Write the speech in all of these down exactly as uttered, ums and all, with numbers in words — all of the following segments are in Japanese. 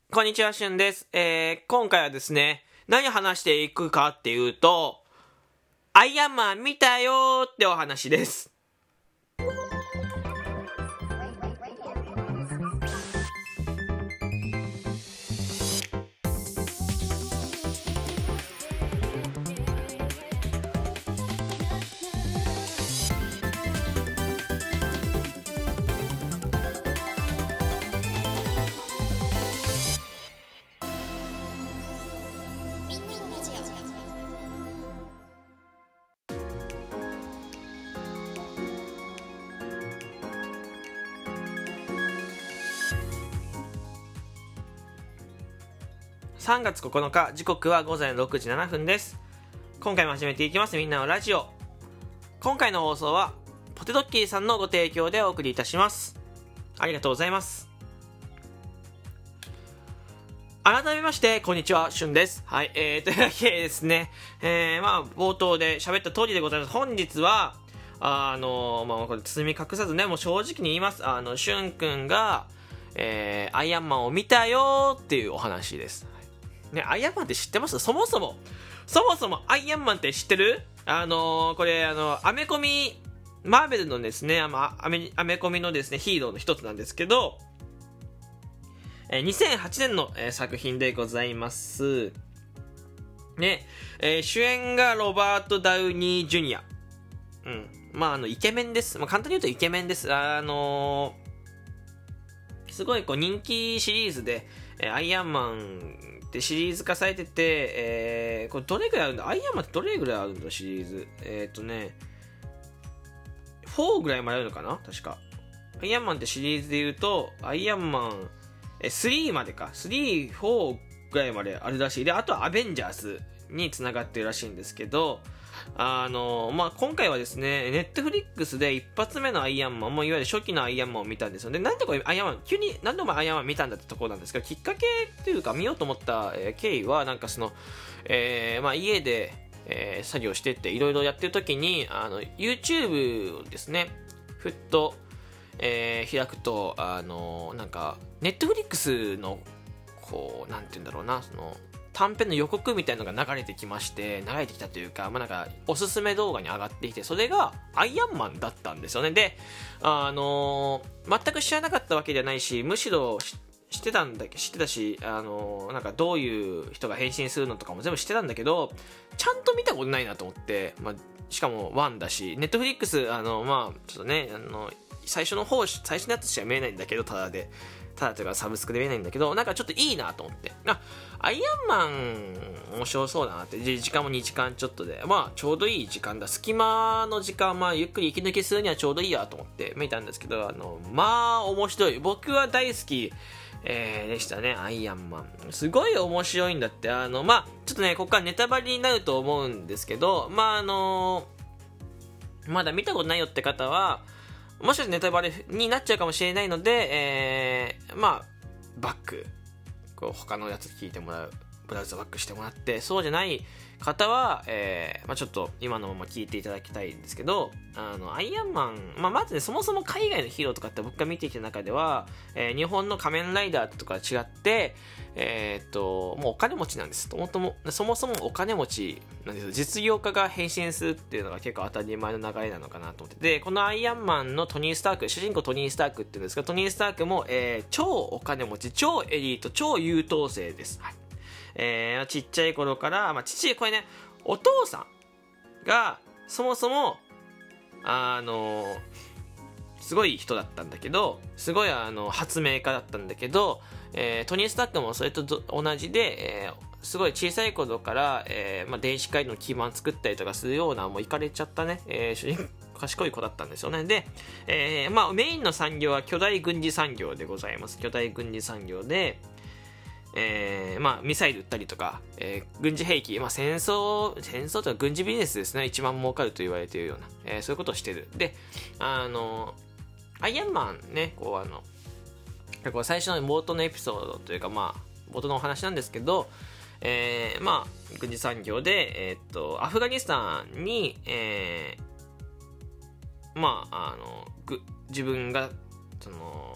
こんにちは、しゅんです。えー、今回はですね、何を話していくかっていうと、アイアンマン見たよーってお話です。さんがつここのか、時刻はごぜんろくじななふんです。今回も始めていきます、みんなのラジオ。今回の放送はポテトッキーさんのご提供でお送りいたします。ありがとうございます。改めましてこんにちは、しゅんです。はい、えー、というわけでですね、えー、まあ冒頭で喋った通りでございます。本日はあのまあこれ包み隠さずね、もう正直に言います。あのしゅんくんが、えー、アイアンマンを見たよーっていうお話です。ね、アイアンマンって知ってます？そもそもそもそもアイアンマンって知ってる？あのー、これあのアメコミマーベルのですね、アメ、アメコミのですねヒーローの一つなんですけど、えー、にせんはちねんの、えー、作品でございますね。えー、主演がロバート・ダウニー・ジュニア。うん、まああのイケメンです。まあ、簡単に言うとイケメンです。あのー、すごいこう人気シリーズで、えー、アイアンマンでシリーズ化されてて、えー、これどれぐらいあるんだ？アイアンマンってどれぐらいあるんだシリーズ。えっ、ー、とね、よんぐらいまであるのかな確か。アイアンマンってシリーズで言うと、アイアンマン、え、さんまでか。さん、よんぐらいまであるらしい。で、あとはアベンジャーズに繋がってるらしいんですけど、あのまあ、今回はですね、ネットフリックスで一発目のアイアンマン、もういわゆる初期のアイアンマンを見たんですよ。で、なんでこれアイアンマン、急に何でもアイアンマン見たんだってところなんですけど、きっかけというか見ようと思った、えー、経緯は、なんかその、えー、まあ、家で、えー、作業してっていろいろやってる時に、あの、YouTube をですね、ふっと、えー、開くと、あのなんか、ネットフリックスの、こう、なんて言うんだろうな、その、短編の予告みたいなのが流れてきまして、流れてきたというか、まあ、なんか、おすすめ動画に上がってきて、それがアイアンマンだったんですよね。で、あのー、全く知らなかったわけじゃないし、むしろ知ってたんだけ知ってたし、あのー、なんかどういう人が変身するのとかも全部知ってたんだけど、ちゃんと見たことないなと思って、まあ、しかもワンだし、ネットフリックス、あの、まあ、ちょっとね、あの、最初の方、最初のやつしか見えないんだけど、ただで。ただというかサブスクで見えないんだけど、なんかちょっといいなと思って。あ、アイアンマン面白そうだなって。時間もにじかんちょっとで、まあちょうどいい時間だ。隙間の時間、まあゆっくり息抜きするにはちょうどいいやと思って見たんですけど、あの、まあ面白い。僕は大好き、えー、でしたね、アイアンマン。すごい面白いんだって。あの、まあちょっとね、ここからネタバレになると思うんですけど、まああの、まだ見たことないよって方は、もしかしてネタバレになっちゃうかもしれないので、えー、まあ、バック、こう他のやつ聞いてもらう、ブラウザバックしてもらって、そうじゃない方は、えー、まあちょっと今のまま聞いていただきたいんですけど、あの、アイアンマン、まあまずね、そもそも海外のヒーローとかって僕が見てきた中では、えー、日本の仮面ライダーとか違って、えー、っと、もうお金持ちなんです。もとも、そもそもお金持ちなんですよ。実業家が変身するっていうのが結構当たり前の流れなのかなと思って。で、このアイアンマンのトニー・スターク、主人公トニー・スタークっていうんですけど、トニー・スタークも、えー、超お金持ち、超エリート、超優等生です。はい。えー、ちっちゃい頃から、まあ、父、これね、お父さんが、そもそも、あのー、すごい人だったんだけど、すごいあの、発明家だったんだけど、えー、トニー・スタックもそれと同じで、えー、すごい小さい頃から、えーまあ、電子回路の基盤作ったりとかするような、もうイかれちゃったね、えー、主人賢い子だったんですよね。で、えーまあ、メインの産業は巨大軍事産業でございます。巨大軍事産業で、えー、まあ、ミサイル撃ったりとか、えー、軍事兵器、まあ、戦争、戦争というか軍事ビジネスですね。一番儲かると言われているような、えー、そういうことをしてる。で、あの、アイアンマンね、こうあの、こう最初の冒頭のエピソードというか、まあ、冒頭のお話なんですけど、えー、まあ、軍事産業で、えー、っと、アフガニスタンに、えー、まあ、あの、ぐ自分が、その、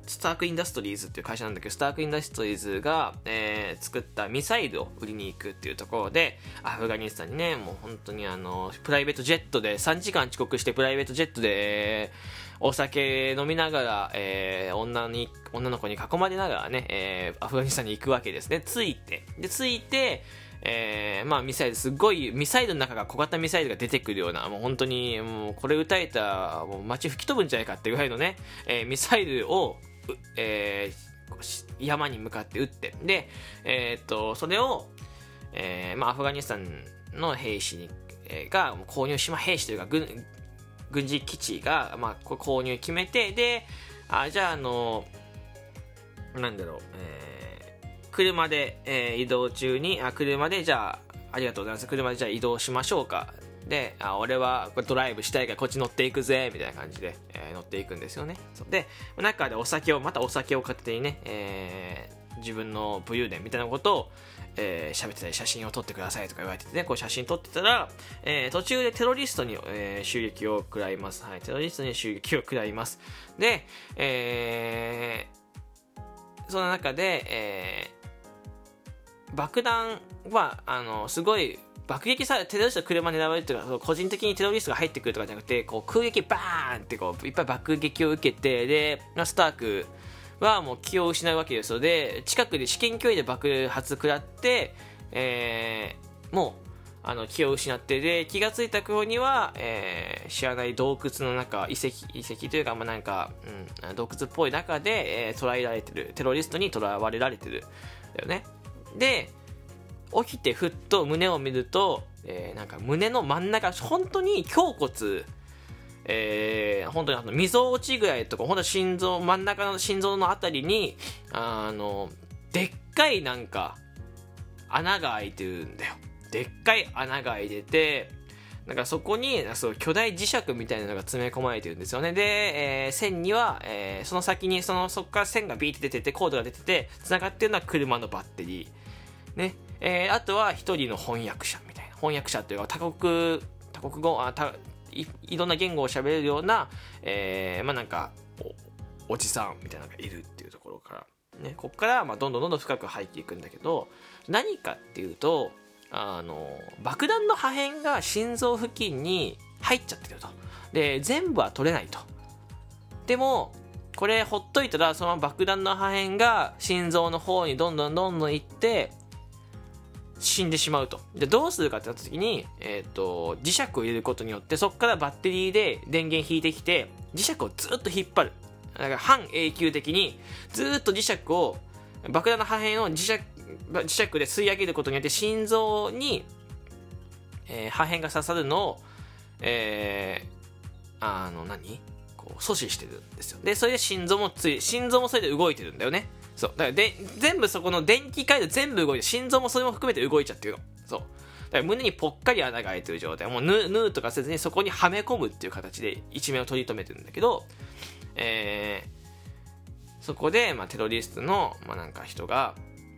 スタークインダストリーズっていう会社なんだけど、スタークインダストリーズが、えー、作ったミサイルを売りに行くっていうところで、アフガニスタンにね、もう本当にあのプライベートジェットでさんじかん遅刻してプライベートジェットでお酒飲みながら、えー、女に女の子に囲まれながらね、えー、アフガニスタンに行くわけですね。着いてで着いてえー、まあミサイルすごいミサイルの中が小型ミサイルが出てくるような、もう本当にもうこれ撃たれたらもう街吹き飛ぶんじゃないかっていうぐらいのね、えー、ミサイルを、えー、山に向かって撃って、で、えー、っとそれを、えーまあ、アフガニスタンの兵士に、えー、が購入しま兵士というか軍軍事基地が、まあ、購入決めて、であじゃああのなんだろう、えー車で、えー、移動中にあ車でじゃあありがとうございます車でじゃあ移動しましょうかであ俺はドライブしたいからこっち乗っていくぜみたいな感じで、えー、乗っていくんですよね。で中でお酒をまたお酒を片手にね、えー、自分の武勇伝みたいなことをえー、喋ってたり写真を撮ってくださいとか言われててね、こう写真撮ってたら、えー、途中でテロリストに、えー、襲撃を食らいます。はい、テロリストに襲撃を食らいます。で、えー、その中で、えー爆弾はあのすごい爆撃されテロリストの車狙われるというか個人的にテロリストが入ってくるとかじゃなくてこう空撃バーンってこういっぱい爆撃を受けてでスタークはもう気を失うわけですので近くで至近距離で爆発食らって、えー、もうあの気を失ってで気がついた頃には、えー、知らない洞窟の中遺跡遺跡というか、まあ、なんか、うん、洞窟っぽい中で、えー、捕らえられてるテロリストに捕らわれられてるだよね。で起きてふっと胸を見ると、えー、なんか胸の真ん中本当に胸骨、えー、本当にあのみぞおちぐらいとか本当心臓真ん中の心臓のあたりにあのでっかいなんか穴が開いてるんだよ。でっかい穴が開いててなんかそこにそう巨大磁石みたいなのが詰め込まれてるんですよね。で、えー、線には、えー、その先にそのそこから線がビーって出ててコードが出てて繋がってるのは車のバッテリーね、えー、あとは一人の翻訳者みたいな翻訳者というか多国多国語あた い, いろんな言語を喋れるような、えー、まあなんか お, おじさんみたいなのがいるっていうところからね、ここからまあどんどんどんどん深く入っていくんだけど何かっていうとあの爆弾の破片が心臓付近に入っちゃってるとで全部は取れないとでもこれほっといたらその爆弾の破片が心臓の方にどんどんどんどんいって死んでしまうと。でどうするかってなった時に、えー、と磁石を入れることによってそこからバッテリーで電源引いてきて磁石をずっと引っ張るだから半永久的にずっと磁石を爆弾の破片を磁石、磁石で吸い上げることによって心臓に、えー、破片が刺さるのを、えー、あの何こう阻止してるんですよ。でそれで心臓もつい心臓もそれで動いてるんだよね。そうだからで全部そこの電気回路全部動いて心臓もそれも含めて動いちゃってるの。そうだから胸にぽっかり穴が開いてる状態もうヌーとかせずにそこにはめ込むっていう形で一命を取り留めてるんだけど、えー、そこで、まあ、テロリストの、まあ、なんか人が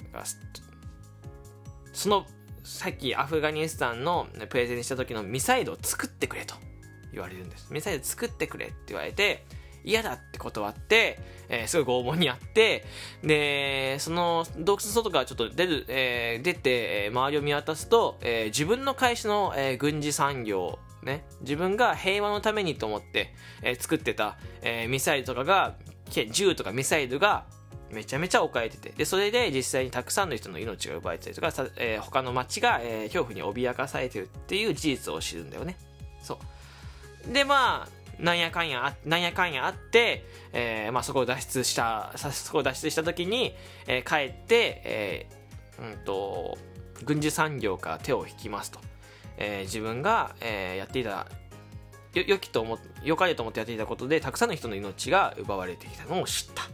そのさっきアフガニスタンのプレゼンした時のミサイルを作ってくれと言われるんです。ミサイル作ってくれって言われて嫌だって断って、えー、すごい拷問にあってでその洞窟の外からちょっと出る、えー、出て、えー、周りを見渡すと、えー、自分の会社の、えー、軍事産業ね自分が平和のためにと思って、えー、作ってた、えー、ミサイルとかが銃とかミサイルがめちゃめちゃ置かれててでそれで実際にたくさんの人の命が奪われてたりとか、えー、他の町が、えー、恐怖に脅かされてるっていう事実を知るんだよね。そうでまあなんやかんやなんやかんやあって、えーまあ、そこを脱出したそこを脱出した時に、えー、帰って、えーうん、と軍需産業から手を引きますと、えー、自分が、えー、やっていたよよきと思よかれと思ってやっていたことでたくさんの人の命が奪われてきたのを知った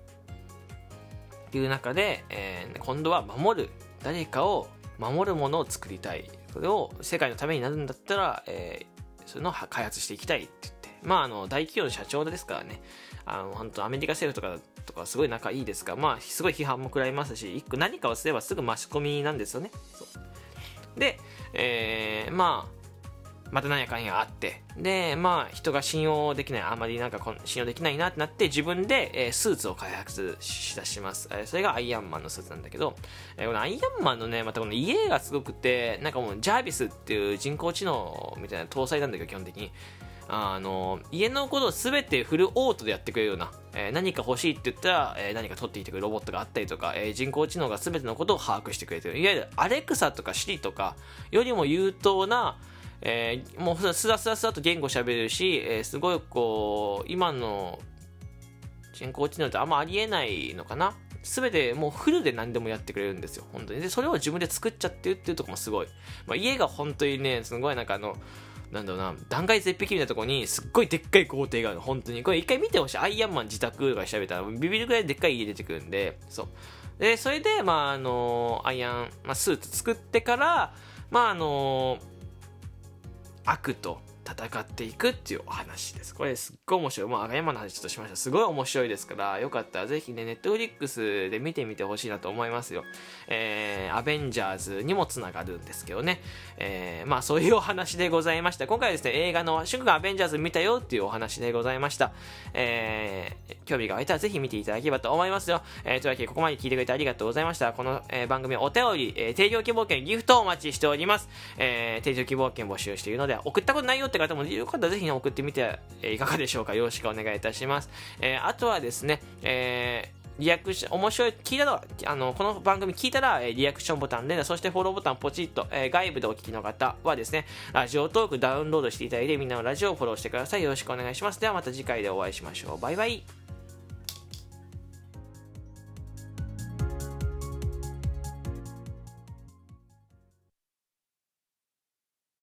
っていう中で、えー、今度は守る誰かを守るものを作りたいそれを世界のためになるんだったら、えー、そういうのを開発していきたいって言ってまあ、あの大企業の社長ですからねあの本当アメリカ政府とかとかすごい仲いいですから、まあ、すごい批判も食らいますし一個何かをすればすぐマシコミなんですよね。そうで、えー、まあまた何やかんやあって、で、まあ、人が信用できない、あまりなんかこん信用できないなってなって、自分で、えー、スーツを開発しだします。えー、それがアイアンマンのスーツなんだけど、えー、このアイアンマンのね、またこの家がすごくて、なんかもう、ジャービスっていう人工知能みたいな搭載なんだけど、基本的に。あの、家のことをすべてフルオートでやってくれるような、えー、何か欲しいって言ったら、えー、何か取ってきてくれるロボットがあったりとか、えー、人工知能がすべてのことを把握してくれてる。いわゆるアレクサとかシリとかよりも優等な、えー、もうスラスラスラと言語喋れるし、えー、すごいこう今の人工知能ってあんまありえないのかな。すべてもうフルで何でもやってくれるんですよ、本当に。でそれを自分で作っちゃってるっていうところもすごい、まあ、家が本当にね、すごいなんかあのなんだろうな、断崖絶壁みたいなところにすっごいでっかい豪邸があるの、本当に。これ一回見てほしい。アイアンマン自宅とか調べたらビビるぐらいでっかい家出てくるんで、そうでそれでまああのアイアン、まあ、スーツ作ってからまああの悪と戦っていくっていうお話です。これすっごい面白い。もうアイアンマンの話ちょっとしました。すごい面白いですから、よかったらぜひね、ネットフリックスで見てみてほしいなと思いますよ。えー、アベンジャーズにもつながるんですけどね。えー、まあそういうお話でございました。今回はですね、映画の、シュン君がアベンジャーズ見たよっていうお話でございました。えー、興味が湧いたらぜひ見ていただければと思いますよ。えー、というわけでここまで聞いてくれてありがとうございました。この、えー、番組はお便り、えー、提供希望券、ギフトをお待ちしております。えー、提供希望券募集しているので、送ったことないよって方もよかったらぜひね、送ってみて、えー、いかがでしょうか。よろしくお願いいたします。えー、あとはですね、えーリアクション、面白い、聞いたら、あの、この番組聞いたら、えー、リアクションボタンで、そしてフォローボタンポチッと、えー、外部でお聞きの方はですね、ラジオトークダウンロードしていただいて、みんなのラジオをフォローしてください。よろしくお願いします。ではまた次回でお会いしましょう。バイバイ。